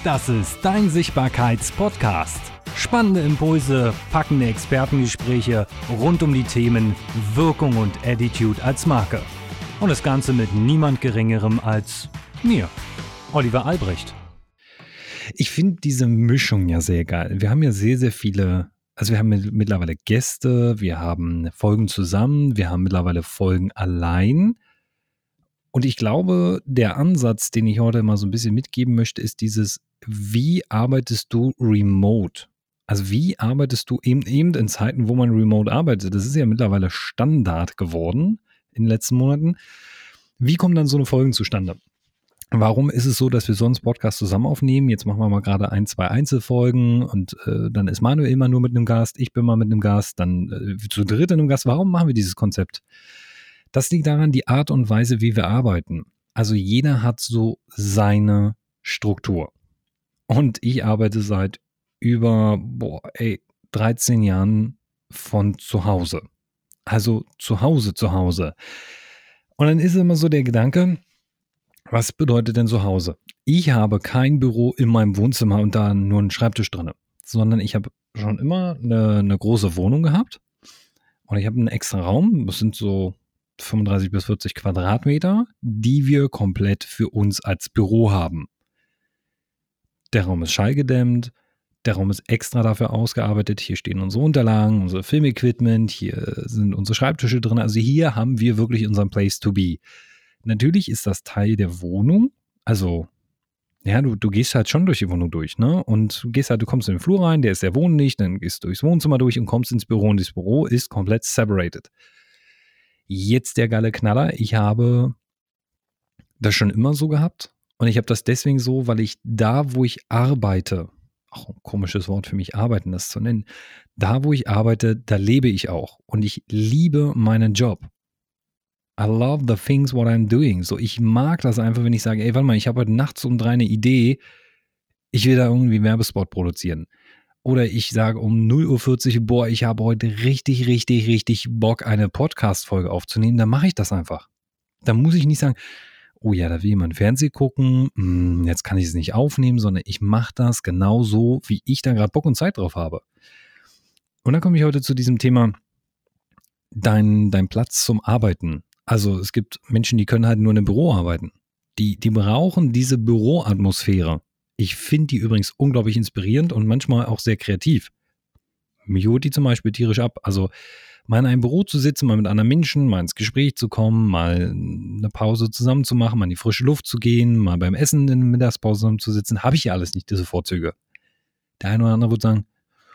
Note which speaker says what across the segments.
Speaker 1: Das ist dein Sichtbarkeits-Podcast. Spannende Impulse, packende Expertengespräche rund um die Themen Wirkung und Attitude als Marke. Und das Ganze mit niemand Geringerem als mir, Oliver Albrecht.
Speaker 2: Ich finde diese Mischung ja sehr geil. Wir haben ja sehr, sehr viele, also wir haben mittlerweile Gäste, wir haben Folgen zusammen, wir haben mittlerweile Folgen allein. Und ich glaube, der Ansatz, den ich heute mal so ein bisschen mitgeben möchte, ist dieses, wie arbeitest du remote? Also wie arbeitest du eben in Zeiten, wo man remote arbeitet? Das ist ja mittlerweile Standard geworden in den letzten Monaten. Wie kommen dann so eine Folgen zustande? Warum ist es so, dass wir sonst Podcasts zusammen aufnehmen? Jetzt machen wir mal gerade 1, 2 Einzelfolgen und dann ist Manuel immer nur mit einem Gast, ich bin mal mit einem Gast, dann zu dritt in einem Gast. Warum machen wir dieses Konzept? Das liegt daran, die Art und Weise, wie wir arbeiten. Also jeder hat so seine Struktur. Und ich arbeite seit über 13 Jahren von zu Hause. Also zu Hause. Und dann ist immer so der Gedanke, was bedeutet denn zu Hause? Ich habe kein Büro in meinem Wohnzimmer und da nur einen Schreibtisch drin, sondern ich habe schon immer eine große Wohnung gehabt und ich habe einen extra Raum, das sind so 35 bis 40 Quadratmeter, die wir komplett für uns als Büro haben. Der Raum ist schallgedämmt, der Raum ist extra dafür ausgearbeitet, hier stehen unsere Unterlagen, unser Filmequipment, hier sind unsere Schreibtische drin, also hier haben wir wirklich unseren Place to be. Natürlich ist das Teil der Wohnung, also ja, du gehst halt schon durch die Wohnung durch, ne? Und du kommst in den Flur rein, der ist sehr wohnlich, dann gehst du durchs Wohnzimmer durch und kommst ins Büro und das Büro ist komplett separated. Jetzt der geile Knaller, ich habe das schon immer so gehabt und ich habe das deswegen so, weil ich da, wo ich arbeite, auch ein komisches Wort für mich, arbeiten, das zu nennen, da, wo ich arbeite, da lebe ich auch und ich liebe meinen Job. I love the things what I'm doing. So, ich mag das einfach, wenn ich sage, ey, warte mal, ich habe heute nachts um 3 eine Idee, ich will da irgendwie einen Werbespot produzieren. Oder ich sage um 0:40 Uhr, boah, ich habe heute richtig Bock, eine Podcast-Folge aufzunehmen, dann mache ich das einfach. Da muss ich nicht sagen, oh ja, da will jemand Fernsehen gucken, jetzt kann ich es nicht aufnehmen, sondern ich mache das genau so, wie ich da gerade Bock und Zeit drauf habe. Und dann komme ich heute zu diesem Thema, dein Platz zum Arbeiten. Also es gibt Menschen, die können halt nur in einem Büro arbeiten. Die brauchen diese Büroatmosphäre. Ich finde die übrigens unglaublich inspirierend und manchmal auch sehr kreativ. Mich holt die zum Beispiel tierisch ab. Also mal in einem Büro zu sitzen, mal mit anderen Menschen, mal ins Gespräch zu kommen, mal eine Pause zusammen zu machen, mal in die frische Luft zu gehen, mal beim Essen in der Mittagspause zusammen zu sitzen, habe ich ja alles nicht, diese Vorzüge. Der eine oder andere wird sagen,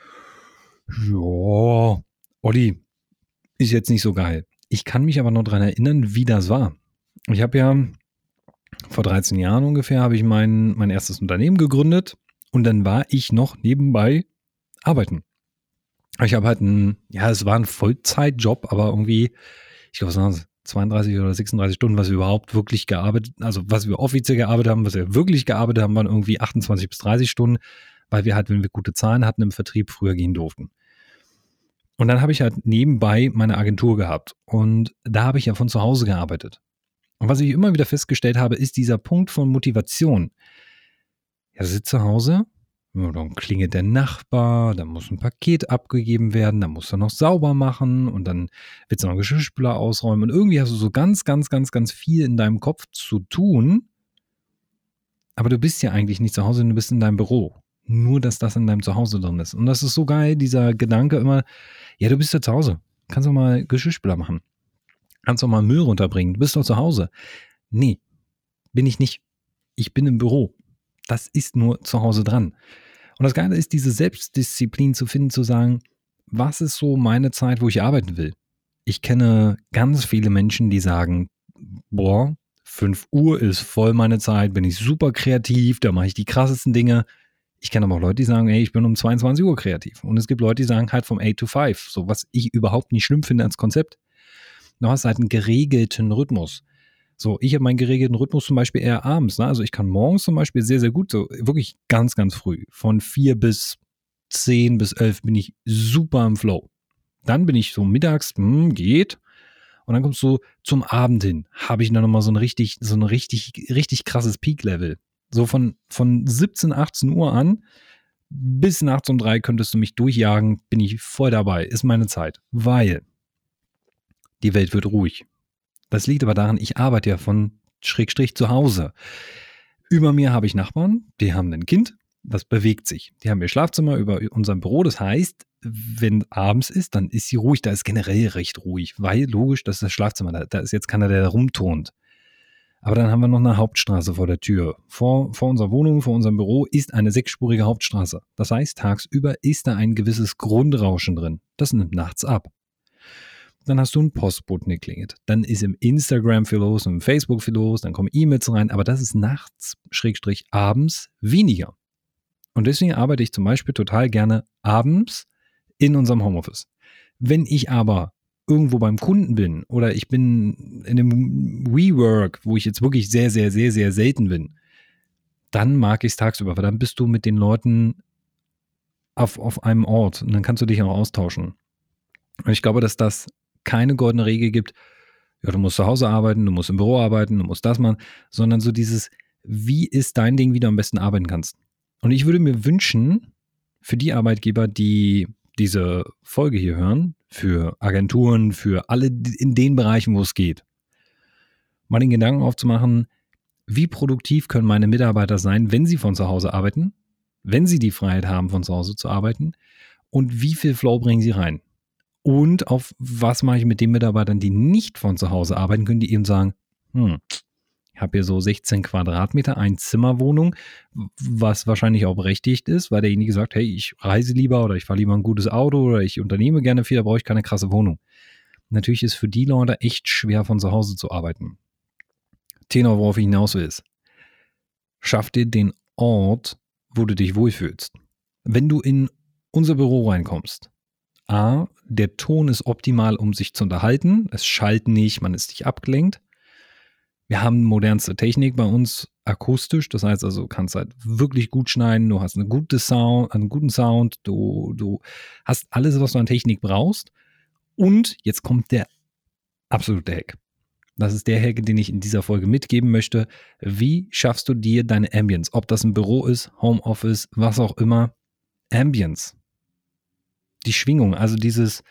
Speaker 2: ja, Olli, ist jetzt nicht so geil. Ich kann mich aber noch daran erinnern, wie das war. Ich habe ja vor 13 Jahren ungefähr habe ich mein erstes Unternehmen gegründet und dann war ich noch nebenbei arbeiten. Ich habe halt es war ein Vollzeitjob, aber irgendwie, ich glaube, es waren 32 oder 36 Stunden, was wir überhaupt wirklich gearbeitet, also was wir offiziell gearbeitet haben, was wir wirklich gearbeitet haben, waren irgendwie 28 bis 30 Stunden, weil wir halt, wenn wir gute Zahlen hatten, im Vertrieb früher gehen durften. Und dann habe ich halt nebenbei meine Agentur gehabt und da habe ich ja von zu Hause gearbeitet. Und was ich immer wieder festgestellt habe, ist dieser Punkt von Motivation. Ja, sitzt zu Hause, dann klingelt der Nachbar, dann muss ein Paket abgegeben werden, dann musst du noch sauber machen und dann willst du noch einen Geschirrspüler ausräumen und irgendwie hast du so ganz viel in deinem Kopf zu tun, aber du bist ja eigentlich nicht zu Hause, du bist in deinem Büro. Nur, dass das in deinem Zuhause drin ist. Und das ist so geil, dieser Gedanke immer, ja, du bist ja zu Hause, kannst doch mal Geschirrspüler machen. Kannst doch mal Müll runterbringen, du bist doch zu Hause. Nee, bin ich nicht. Ich bin im Büro. Das ist nur zu Hause dran. Und das Geile ist, diese Selbstdisziplin zu finden, zu sagen, was ist so meine Zeit, wo ich arbeiten will? Ich kenne ganz viele Menschen, die sagen, 5 Uhr ist voll meine Zeit, bin ich super kreativ, da mache ich die krassesten Dinge. Ich kenne aber auch Leute, die sagen, ey, ich bin um 22 Uhr kreativ. Und es gibt Leute, die sagen halt vom 8 to 5, so was ich überhaupt nicht schlimm finde als Konzept. Du hast halt einen geregelten Rhythmus. So, ich habe meinen geregelten Rhythmus zum Beispiel eher abends. Ne? Also ich kann morgens zum Beispiel sehr, sehr gut, so wirklich ganz früh. Von 4 bis 10 bis 11 bin ich super im Flow. Dann bin ich so mittags, geht. Und dann kommst du zum Abend hin. Habe ich dann nochmal so ein richtig krasses Peak-Level. So von 17, 18 Uhr an bis nachts um 3 könntest du mich durchjagen, bin ich voll dabei, ist meine Zeit, weil die Welt wird ruhig. Das liegt aber daran, ich arbeite ja von Schrägstrich zu Hause. Über mir habe ich Nachbarn, die haben ein Kind, das bewegt sich. Die haben ihr Schlafzimmer über unserem Büro, das heißt, wenn abends ist, dann ist sie ruhig, da ist generell recht ruhig, weil logisch, das ist das Schlafzimmer, da ist jetzt keiner, der da rumturnt. Aber dann haben wir noch eine Hauptstraße vor der Tür. Vor unserer Wohnung, vor unserem Büro ist eine 6-spurige Hauptstraße. Das heißt, tagsüber ist da ein gewisses Grundrauschen drin. Das nimmt nachts ab. Dann hast du einen Postboten, der klingelt. Dann ist im Instagram viel los und im Facebook viel los, dann kommen E-Mails rein, aber das ist nachts, Schrägstrich abends, weniger. Und deswegen arbeite ich zum Beispiel total gerne abends in unserem Homeoffice. Wenn ich aber irgendwo beim Kunden bin oder ich bin in einem WeWork, wo ich jetzt wirklich sehr, sehr, sehr, sehr selten bin, dann mag ich es tagsüber, weil dann bist du mit den Leuten auf einem Ort und dann kannst du dich auch austauschen. Und ich glaube, dass das keine goldene Regel gibt, ja, du musst zu Hause arbeiten, du musst im Büro arbeiten, du musst das machen, sondern so dieses, wie ist dein Ding, wie du am besten arbeiten kannst. Und ich würde mir wünschen, für die Arbeitgeber, die diese Folge hier hören, für Agenturen, für alle in den Bereichen, wo es geht, mal den Gedanken aufzumachen, wie produktiv können meine Mitarbeiter sein, wenn sie von zu Hause arbeiten, wenn sie die Freiheit haben, von zu Hause zu arbeiten und wie viel Flow bringen sie rein. Und auf was mache ich mit den Mitarbeitern, die nicht von zu Hause arbeiten können, die eben sagen, ich habe hier so 16 Quadratmeter, Einzimmerwohnung, was wahrscheinlich auch berechtigt ist, weil derjenige sagt, hey, ich reise lieber oder ich fahre lieber ein gutes Auto oder ich unternehme gerne viel, da brauche ich keine krasse Wohnung. Natürlich ist für die Leute echt schwer, von zu Hause zu arbeiten. Tenor, worauf ich hinaus will, ist, schaff dir den Ort, wo du dich wohlfühlst. Wenn du in unser Büro reinkommst, der Ton ist optimal, um sich zu unterhalten. Es schallt nicht, man ist nicht abgelenkt. Wir haben modernste Technik bei uns akustisch. Das heißt also, du kannst halt wirklich gut schneiden. Du hast einen guten Sound. Du hast alles, was du an Technik brauchst. Und jetzt kommt der absolute Hack. Das ist der Hack, den ich in dieser Folge mitgeben möchte. Wie schaffst du dir deine Ambience? Ob das ein Büro ist, Homeoffice, was auch immer. Ambience. Die Schwingung, also dieses,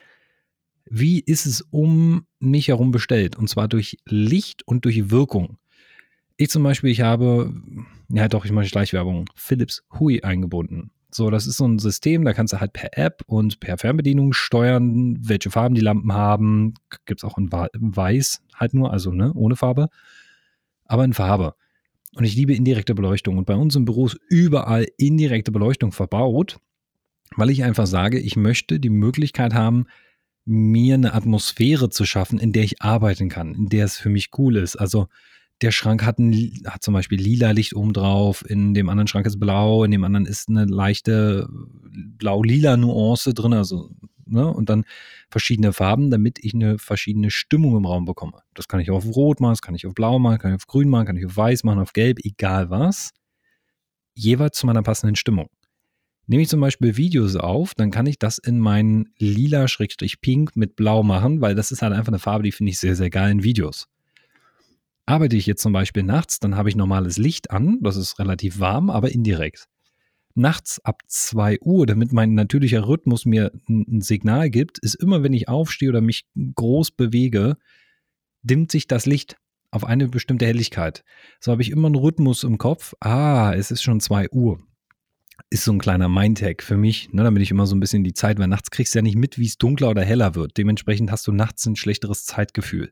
Speaker 2: wie ist es um mich herum bestellt? Und zwar durch Licht und durch Wirkung. Ich zum Beispiel, ich mache Schleichwerbung, Philips Hue eingebunden. So, das ist so ein System, da kannst du halt per App und per Fernbedienung steuern, welche Farben die Lampen haben. Gibt es auch in Weiß halt nur, also ohne Farbe, aber in Farbe. Und ich liebe indirekte Beleuchtung. Und bei uns im Büro ist überall indirekte Beleuchtung verbaut, weil ich einfach sage, ich möchte die Möglichkeit haben, mir eine Atmosphäre zu schaffen, in der ich arbeiten kann, in der es für mich cool ist. Also der Schrank hat zum Beispiel lila Licht oben drauf, in dem anderen Schrank ist blau, in dem anderen ist eine leichte blau-lila Nuance drin, und dann verschiedene Farben, damit ich eine verschiedene Stimmung im Raum bekomme. Das kann ich auf Rot machen, das kann ich auf Blau machen, kann ich auf Grün machen, kann ich auf Weiß machen, auf Gelb, egal was. Jeweils zu meiner passenden Stimmung. Nehme ich zum Beispiel Videos auf, dann kann ich das in meinen lila-pink mit blau machen, weil das ist halt einfach eine Farbe, die finde ich sehr, sehr geil in Videos. Arbeite ich jetzt zum Beispiel nachts, dann habe ich normales Licht an, das ist relativ warm, aber indirekt. Nachts ab 2 Uhr, damit mein natürlicher Rhythmus mir ein Signal gibt, ist immer, wenn ich aufstehe oder mich groß bewege, dimmt sich das Licht auf eine bestimmte Helligkeit. So habe ich immer einen Rhythmus im Kopf. Es ist schon 2 Uhr. Ist so ein kleiner Mindhack für mich, damit ich immer so ein bisschen die Zeit, weil nachts kriegst du ja nicht mit, wie es dunkler oder heller wird. Dementsprechend hast du nachts ein schlechteres Zeitgefühl.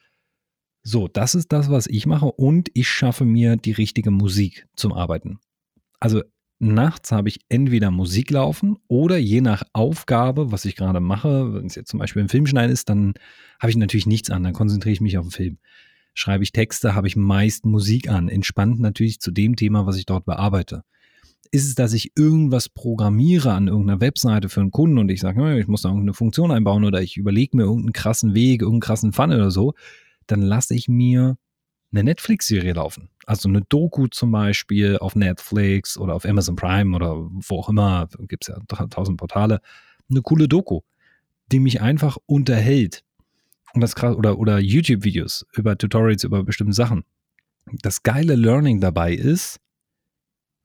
Speaker 2: So, das ist das, was ich mache und ich schaffe mir die richtige Musik zum Arbeiten. Also nachts habe ich entweder Musik laufen oder je nach Aufgabe, was ich gerade mache, wenn es jetzt zum Beispiel ein Filmschneiden ist, dann habe ich natürlich nichts an, dann konzentriere ich mich auf den Film. Schreibe ich Texte, habe ich meist Musik an, entspannt natürlich zu dem Thema, was ich dort bearbeite. Ist es, dass ich irgendwas programmiere an irgendeiner Webseite für einen Kunden und ich sage, ich muss da irgendeine Funktion einbauen oder ich überlege mir irgendeinen krassen Weg, irgendeinen krassen Fun oder so, dann lasse ich mir eine Netflix-Serie laufen. Also eine Doku zum Beispiel auf Netflix oder auf Amazon Prime oder wo auch immer, gibt es ja 1000 Portale, eine coole Doku, die mich einfach unterhält. Und das krass, oder YouTube-Videos über Tutorials über bestimmte Sachen. Das geile Learning dabei ist,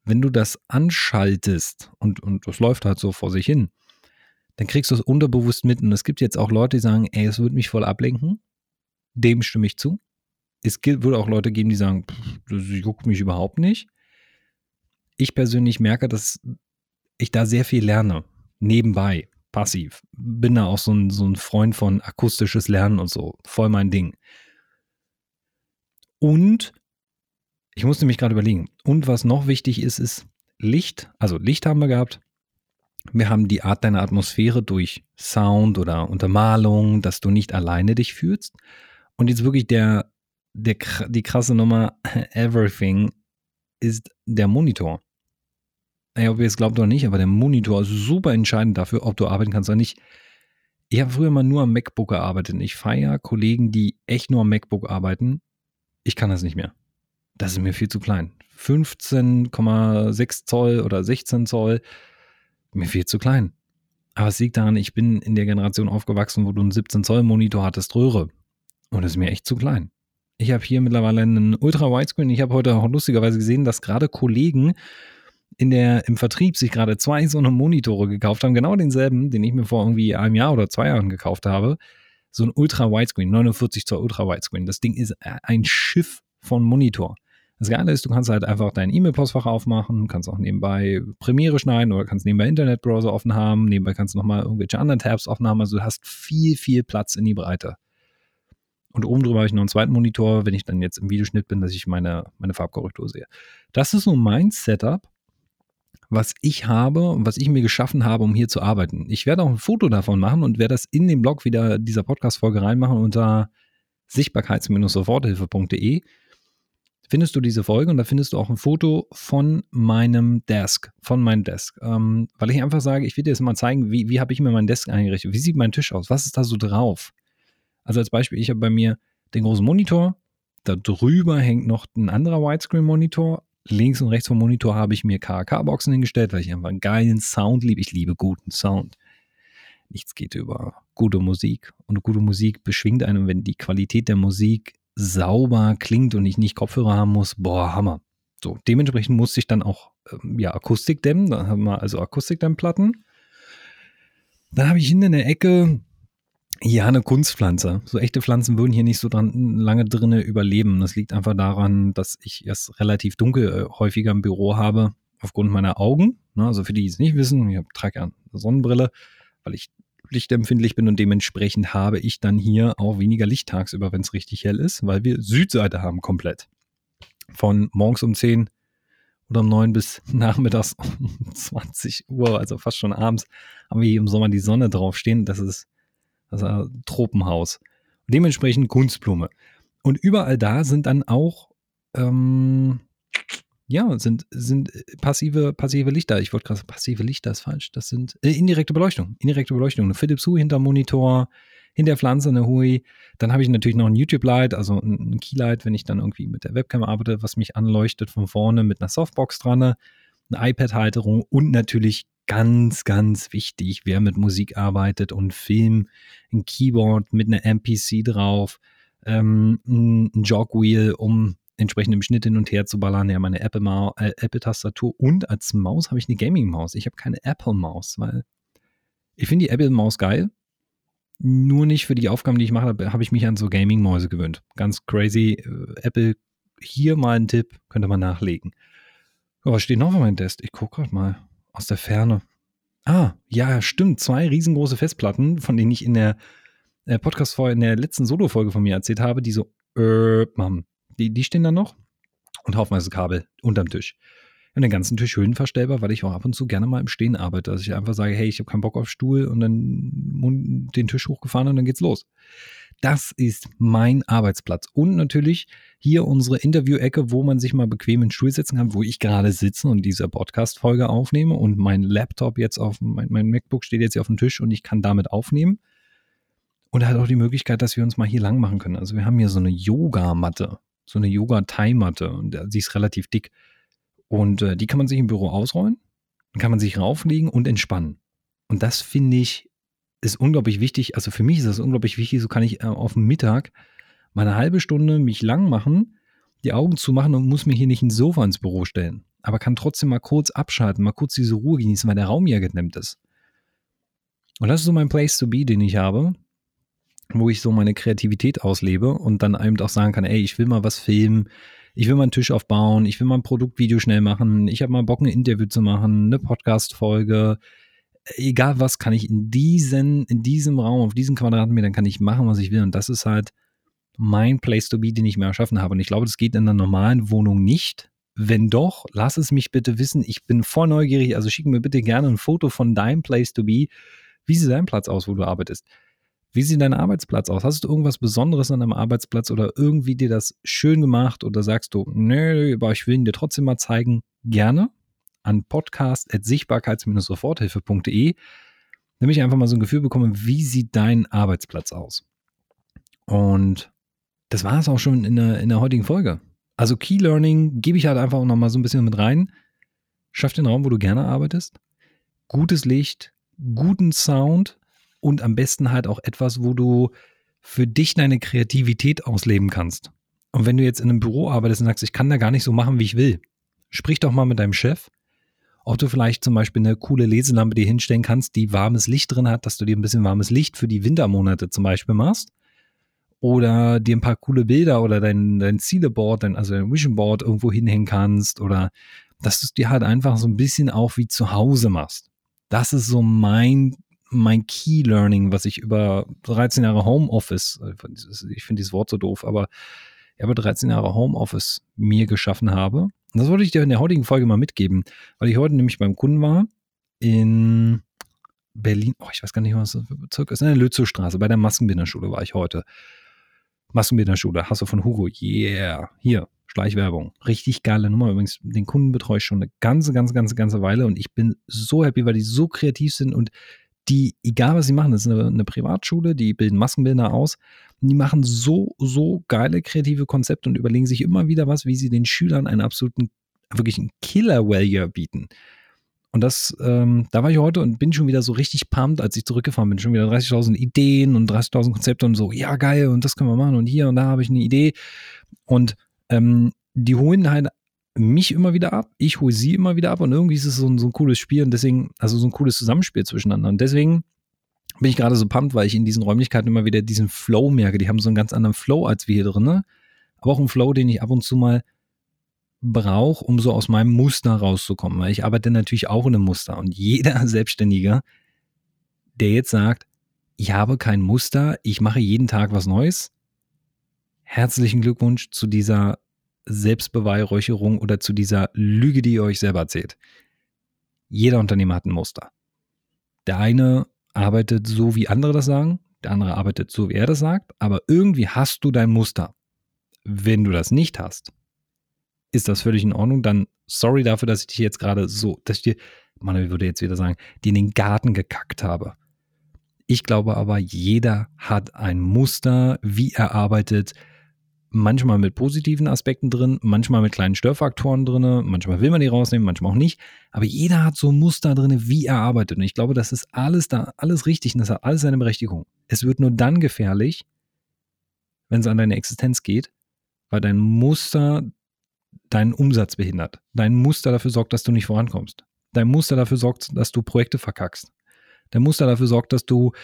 Speaker 2: wenn du das anschaltest und das läuft halt so vor sich hin, dann kriegst du es unterbewusst mit. Und es gibt jetzt auch Leute, die sagen, ey, es würde mich voll ablenken. Dem stimme ich zu. Es würde auch Leute geben, die sagen, das juckt mich überhaupt nicht. Ich persönlich merke, dass ich da sehr viel lerne. Nebenbei, passiv. Bin da auch so ein Freund von akustisches Lernen und so. Voll mein Ding. Und ich musste mich gerade überlegen. Und was noch wichtig ist, ist Licht. Also Licht haben wir gehabt. Wir haben die Art deiner Atmosphäre durch Sound oder Untermalung, dass du nicht alleine dich fühlst. Und jetzt wirklich die krasse Nummer, everything, ist der Monitor. Ob ihr es glaubt oder nicht, aber der Monitor ist super entscheidend dafür, ob du arbeiten kannst oder nicht. Ich habe früher mal nur am MacBook gearbeitet. Ich feiere Kollegen, die echt nur am MacBook arbeiten. Ich kann das nicht mehr. Das ist mir viel zu klein. 15,6 Zoll oder 16 Zoll, mir viel zu klein. Aber es liegt daran, ich bin in der Generation aufgewachsen, wo du einen 17 Zoll Monitor hattest, Röhre. Und das ist mir echt zu klein. Ich habe hier mittlerweile einen Ultra-Widescreen. Ich habe heute auch lustigerweise gesehen, dass gerade Kollegen im Vertrieb sich gerade 2 so eine Monitore gekauft haben. Genau denselben, den ich mir vor irgendwie einem Jahr oder 2 Jahren gekauft habe. So ein Ultra-Widescreen, 49 Zoll Ultra-Widescreen. Das Ding ist ein Schiff von Monitor. Das Geile ist, du kannst halt einfach dein E-Mail-Postfach aufmachen, kannst auch nebenbei Premiere schneiden oder kannst nebenbei Internetbrowser offen haben, nebenbei kannst du nochmal irgendwelche anderen Tabs offen haben, also du hast viel, viel Platz in die Breite. Und oben drüber habe ich noch einen zweiten Monitor, wenn ich dann jetzt im Videoschnitt bin, dass ich meine Farbkorrektur sehe. Das ist so mein Setup, was ich habe und was ich mir geschaffen habe, um hier zu arbeiten. Ich werde auch ein Foto davon machen und werde das in den Blog wieder dieser Podcast-Folge reinmachen unter sichtbarkeits-soforthilfe.de. Findest du diese Folge und da findest du auch ein Foto von meinem Desk, weil ich einfach sage, ich will dir jetzt mal zeigen, wie habe ich mir meinen Desk eingerichtet, wie sieht mein Tisch aus, was ist da so drauf. Also als Beispiel, ich habe bei mir den großen Monitor, da drüber hängt noch ein anderer Widescreen-Monitor, links und rechts vom Monitor habe ich mir KAK-Boxen hingestellt, weil ich einfach einen geilen Sound liebe, ich liebe guten Sound. Nichts geht über gute Musik und gute Musik beschwingt einem, wenn die Qualität der Musik sauber klingt und ich nicht Kopfhörer haben muss, Hammer. So, dementsprechend musste ich dann auch Akustik dämmen, da haben wir also Akustikdämmplatten. Da habe ich hinten in der Ecke eine Kunstpflanze. So echte Pflanzen würden hier nicht so lange drinne überleben. Das liegt einfach daran, dass ich es relativ dunkel häufiger im Büro habe, aufgrund meiner Augen. Also für die, die es nicht wissen, ich trage ja eine Sonnenbrille, weil ich lichtempfindlich bin und dementsprechend habe ich dann hier auch weniger Licht tagsüber, wenn es richtig hell ist, weil wir Südseite haben komplett. Von morgens um 10 oder um 9 bis nachmittags um 20 Uhr, also fast schon abends, haben wir hier im Sommer die Sonne draufstehen. Das ist ein Tropenhaus. Und dementsprechend Kunstblume. Und überall da sind dann auch sind passive Lichter. Ich wollte gerade passive Lichter, ist falsch. Das sind indirekte Beleuchtung. Eine Philips Hue hinter Monitor, hinter Pflanze eine Hui. Dann habe ich natürlich noch ein YouTube-Light, also ein Keylight, wenn ich dann irgendwie mit der Webcam arbeite, was mich anleuchtet von vorne mit einer Softbox dran, eine iPad-Halterung und natürlich ganz, ganz wichtig, wer mit Musik arbeitet und Film, ein Keyboard mit einer MPC drauf, ein Jogwheel, um entsprechend im Schnitt hin und her zu ballern, ja, meine Apple-Tastatur und als Maus habe ich eine Gaming-Maus. Ich habe keine Apple-Maus, weil ich finde die Apple-Maus geil, nur nicht für die Aufgaben, die ich mache, habe ich mich an so Gaming-Mäuse gewöhnt. Ganz crazy. Apple, hier mal ein Tipp, könnt ihr mal nachlegen. Was steht noch auf meinem Desk? Ich gucke gerade mal aus der Ferne. Ja, stimmt. 2 riesengroße Festplatten, von denen ich in der Podcast-Folge, in der letzten Solo-Folge von mir erzählt habe, die so machen. Die stehen da noch und haufenweise Kabel unterm Tisch. Und den ganzen Tisch höhenverstellbar, weil ich auch ab und zu gerne mal im Stehen arbeite. Also ich einfach sage, hey, ich habe keinen Bock auf Stuhl und dann den Tisch hochgefahren und dann geht's los. Das ist mein Arbeitsplatz. Und natürlich hier unsere Interview-Ecke, wo man sich mal bequem in den Stuhl setzen kann, wo ich gerade sitze und diese Podcast-Folge aufnehme und mein Laptop jetzt mein MacBook steht jetzt hier auf dem Tisch und ich kann damit aufnehmen. Und er hat auch die Möglichkeit, dass wir uns mal hier lang machen können. Also wir haben hier so eine Yogamatte, so eine Yoga-Thai-Matte und sie ist relativ dick. Und die kann man sich im Büro ausrollen, dann kann man sich rauflegen und entspannen. Und das finde ich, ist unglaublich wichtig. Also für mich ist das unglaublich wichtig. So kann ich auf dem Mittag mal eine halbe Stunde mich lang machen, die Augen zumachen und muss mir hier nicht ein Sofa ins Büro stellen. aber kann trotzdem mal kurz abschalten, mal kurz diese Ruhe genießen, weil der Raum ja gedämmt ist. Und das ist so mein Place to be, den ich habe, wo ich so meine Kreativität auslebe und dann eben auch sagen kann, ey, ich will mal was filmen, ich will mal einen Tisch aufbauen, ich will mal ein Produktvideo schnell machen, ich habe mal Bock, ein Interview zu machen, eine Podcast-Folge, egal was, kann ich in diesem Raum, auf diesen Quadratmetern kann ich machen, was ich will. Und das ist halt mein Place to be, den ich mir erschaffen habe. Und ich glaube, das geht in einer normalen Wohnung nicht. Wenn doch, lass es mich bitte wissen. Ich bin voll neugierig, also schick mir bitte gerne ein Foto von deinem Place to be. Wie sieht dein Platz aus, wo du arbeitest? Wie sieht dein Arbeitsplatz aus? Hast du irgendwas Besonderes an deinem Arbeitsplatz oder irgendwie dir das schön gemacht oder sagst du, nö, aber ich will ihn dir trotzdem mal zeigen? Gerne an podcast@sichtbarkeits-soforthilfe.de, damit ich einfach mal so ein Gefühl bekomme, wie sieht dein Arbeitsplatz aus? Und das war es auch schon in der heutigen Folge. Also Key Learning gebe ich halt einfach auch nochmal so ein bisschen mit rein. Schaff den Raum, wo du gerne arbeitest. Gutes Licht, guten Sound und am besten halt auch etwas, wo du für dich deine Kreativität ausleben kannst. Und wenn du jetzt in einem Büro arbeitest und sagst, ich kann da gar nicht so machen, wie ich will, sprich doch mal mit deinem Chef, ob du vielleicht zum Beispiel eine coole Leselampe dir hinstellen kannst, die warmes Licht drin hat, dass du dir ein bisschen warmes Licht für die Wintermonate zum Beispiel machst. Oder dir ein paar coole Bilder oder dein Zieleboard, also dein Vision Board irgendwo hinhängen kannst. Oder dass du es dir halt einfach so ein bisschen auch wie zu Hause machst. Das ist so mein Key Learning, was ich über 13 Jahre Homeoffice, ich finde dieses Wort so doof, aber über 13 Jahre Homeoffice mir geschaffen habe. Und das wollte ich dir in der heutigen Folge mal mitgeben, weil ich heute nämlich beim Kunden war in Berlin, ich weiß gar nicht, was das für Bezirk ist, in der Lützowstraße, bei der Maskenbinderschule war ich heute. Maskenbinderschule, Hasso von Hugo, yeah, hier, Schleichwerbung, richtig geile Nummer, übrigens, den Kunden betreue ich schon eine ganze Weile und ich bin so happy, weil die so kreativ sind und die, egal was sie machen, das ist eine Privatschule, die bilden Maskenbildner aus, und die machen so geile kreative Konzepte und überlegen sich immer wieder was, wie sie den Schülern einen absoluten, wirklich einen Killer-Value bieten. Und das, da war ich heute und bin schon wieder so richtig pumped, als ich zurückgefahren bin. Schon wieder 30.000 Ideen und 30.000 Konzepte und so, ja geil, und das können wir machen und hier und da habe ich eine Idee. Und die holen halt mich immer wieder ab, ich hole sie immer wieder ab und irgendwie ist es so ein cooles Spiel und deswegen, also so ein cooles Zusammenspiel zwischeneinander. Und deswegen bin ich gerade so pumped, weil ich in diesen Räumlichkeiten immer wieder diesen Flow merke. Die haben so einen ganz anderen Flow als wir hier drin, ne? Aber auch einen Flow, den ich ab und zu mal brauche, um so aus meinem Muster rauszukommen, weil ich arbeite natürlich auch in einem Muster und jeder Selbstständige, der jetzt sagt, ich habe kein Muster, ich mache jeden Tag was Neues, herzlichen Glückwunsch zu dieser Selbstbeweihräucherung oder zu dieser Lüge, die ihr euch selber erzählt. Jeder Unternehmer hat ein Muster. Der eine arbeitet so, wie andere das sagen, der andere arbeitet so, wie er das sagt, aber irgendwie hast du dein Muster. Wenn du das nicht hast, ist das völlig in Ordnung, dann sorry dafür, dass ich dich jetzt gerade so, dass ich dir, Manuel würde jetzt wieder sagen, dir in den Garten gekackt habe. Ich glaube aber, jeder hat ein Muster, wie er arbeitet, manchmal mit positiven Aspekten drin, manchmal mit kleinen Störfaktoren drin, manchmal will man die rausnehmen, manchmal auch nicht, aber jeder hat so ein Muster drin, wie er arbeitet und ich glaube, das ist alles da, alles richtig und das hat alles seine Berechtigung. Es wird nur dann gefährlich, wenn es an deine Existenz geht, weil dein Muster deinen Umsatz behindert. Dein Muster dafür sorgt, dass du nicht vorankommst. Dein Muster dafür sorgt, dass du Projekte verkackst. Dein Muster dafür sorgt, dass du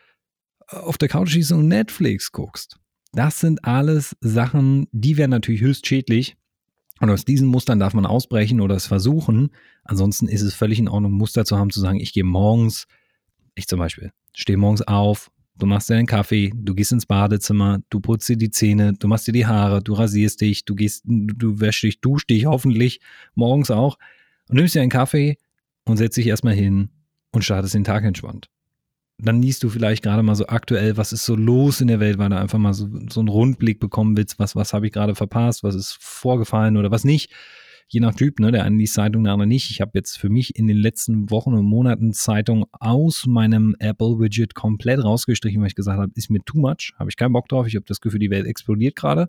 Speaker 2: auf der Couch schießt und Netflix guckst. Das sind alles Sachen, die wären natürlich höchst schädlich. Und aus diesen Mustern darf man ausbrechen oder es versuchen. Ansonsten ist es völlig in Ordnung, Muster zu haben, zu sagen, ich gehe morgens, ich zum Beispiel, stehe morgens auf, du machst dir einen Kaffee, du gehst ins Badezimmer, du putzt dir die Zähne, du machst dir die Haare, du rasierst dich, du wäschst dich, duschst dich hoffentlich morgens auch und nimmst dir einen Kaffee und setzt dich erstmal hin und startest den Tag entspannt. Dann liest du vielleicht gerade mal so aktuell, was ist so los in der Welt, weil du einfach mal so einen Rundblick bekommen willst, was habe ich gerade verpasst, was ist vorgefallen oder was nicht. Je nach Typ, ne? Der eine liest Zeitung, der andere nicht. Ich habe jetzt für mich in den letzten Wochen und Monaten Zeitung aus meinem Apple-Widget komplett rausgestrichen, weil ich gesagt habe, ist mir too much, habe ich keinen Bock drauf. Ich habe das Gefühl, die Welt explodiert gerade,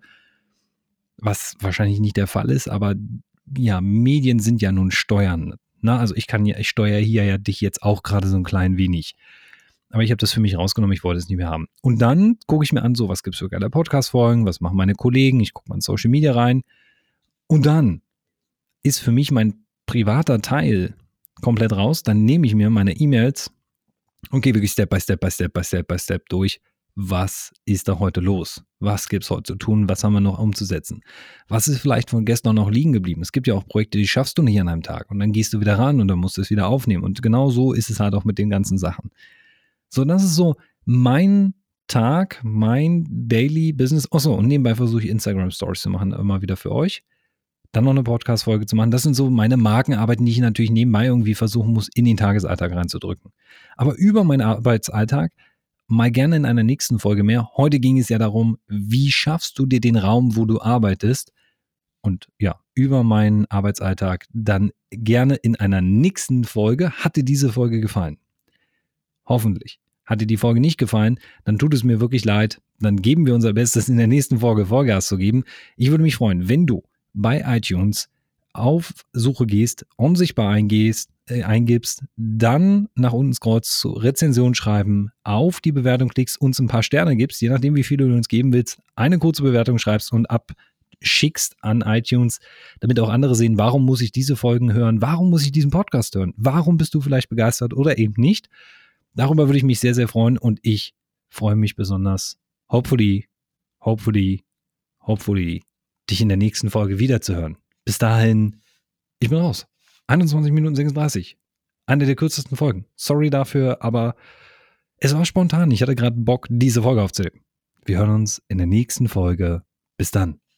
Speaker 2: was wahrscheinlich nicht der Fall ist, aber ja, Medien sind ja nun Steuern. Na, also ich steuere hier ja dich jetzt auch gerade so ein klein wenig. Aber ich habe das für mich rausgenommen, ich wollte es nicht mehr haben. Und dann gucke ich mir an, so was gibt es für geile Podcast-Folgen, was machen meine Kollegen, ich gucke mal in Social Media rein. Und dann ist für mich mein privater Teil komplett raus. Dann nehme ich mir meine E-Mails und gehe wirklich Step by Step durch. Was ist da heute los? Was gibt es heute zu tun? Was haben wir noch umzusetzen? Was ist vielleicht von gestern noch liegen geblieben? Es gibt ja auch Projekte, die schaffst du nicht an einem Tag und dann gehst du wieder ran und dann musst du es wieder aufnehmen. Und genau so ist es halt auch mit den ganzen Sachen. So, das ist so mein Tag, mein Daily Business. Achso, und nebenbei versuche ich Instagram Stories zu machen, immer wieder für euch. Dann noch eine Podcast-Folge zu machen. Das sind so meine Markenarbeiten, die ich natürlich nebenbei irgendwie versuchen muss, in den Tagesalltag reinzudrücken. Aber über meinen Arbeitsalltag mal gerne in einer nächsten Folge mehr. Heute ging es ja darum, wie schaffst du dir den Raum, wo du arbeitest? Und ja, über meinen Arbeitsalltag dann gerne in einer nächsten Folge. Hat dir diese Folge gefallen? Hoffentlich. Hat dir die Folge nicht gefallen, dann tut es mir wirklich leid. Dann geben wir unser Bestes, in der nächsten Folge Vollgas zu geben. Ich würde mich freuen, wenn du bei iTunes auf Suche gehst, unsichtbar eingibst, dann nach unten scrollst, zu Rezension schreiben, auf die Bewertung klickst, uns ein paar Sterne gibst, je nachdem wie viele du uns geben willst, eine kurze Bewertung schreibst und abschickst an iTunes, damit auch andere sehen, warum muss ich diese Folgen hören, warum muss ich diesen Podcast hören, warum bist du vielleicht begeistert oder eben nicht. Darüber würde ich mich sehr, sehr freuen und ich freue mich besonders, hopefully, dich in der nächsten Folge wiederzuhören. Bis dahin, ich bin raus. 21 Minuten 36. Eine der kürzesten Folgen. Sorry dafür, aber es war spontan. Ich hatte gerade Bock, diese Folge aufzunehmen. Wir hören uns in der nächsten Folge. Bis dann.